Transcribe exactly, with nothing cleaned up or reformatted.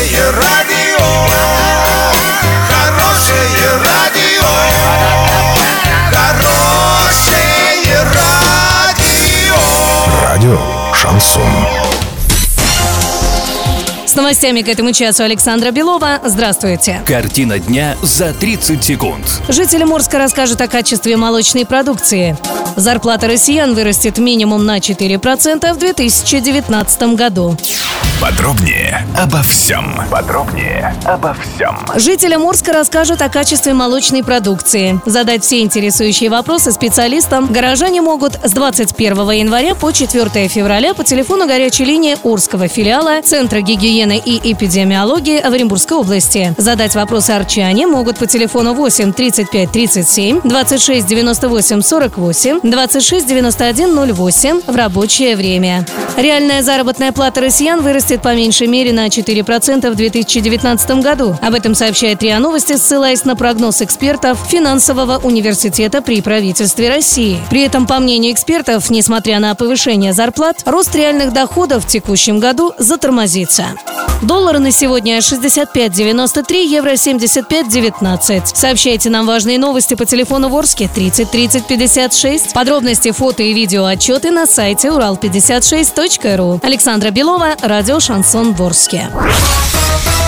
Хорошее радио, хорошее радио, хорошее радио. Радио Шансон. С новостями к этому часу Александра Белова. Здравствуйте. Картина дня за тридцать секунд. Жителям Орска расскажут о качестве молочной продукции. Зарплата россиян вырастет минимум на четыре процента в две тысячи девятнадцатом году. Подробнее обо всем. Подробнее обо всем. Жителям Орска расскажут о качестве молочной продукции. Задать все интересующие вопросы специалистам горожане могут с двадцать первого января по четвёртого февраля по телефону горячей линии Орского филиала Центра гигиены и эпидемиологии в Оренбургской области. Задать вопросы арчане могут по телефону восемь тридцать пять тридцать семь двадцать шесть девяносто восемь сорок восемь двадцать шесть девяносто один ноль восемь в рабочее время. Реальная заработная плата россиян вырастет по меньшей мере на четыре процента в две тысячи девятнадцатом году. Об этом сообщает РИА Новости, ссылаясь на прогноз экспертов Финансового университета при правительстве России. При этом, по мнению экспертов, несмотря на повышение зарплат, рост реальных доходов в текущем году затормозится. Доллары на сегодня шестьдесят пять девяносто три, евро семьдесят пять девятнадцать. Сообщайте нам важные новости по телефону в Орске тридцать тридцать пятьдесят шесть. Подробности, фото и видео отчеты на сайте урал пятьдесят шесть точка ру. Александра Белова, радио Шансон в Орске.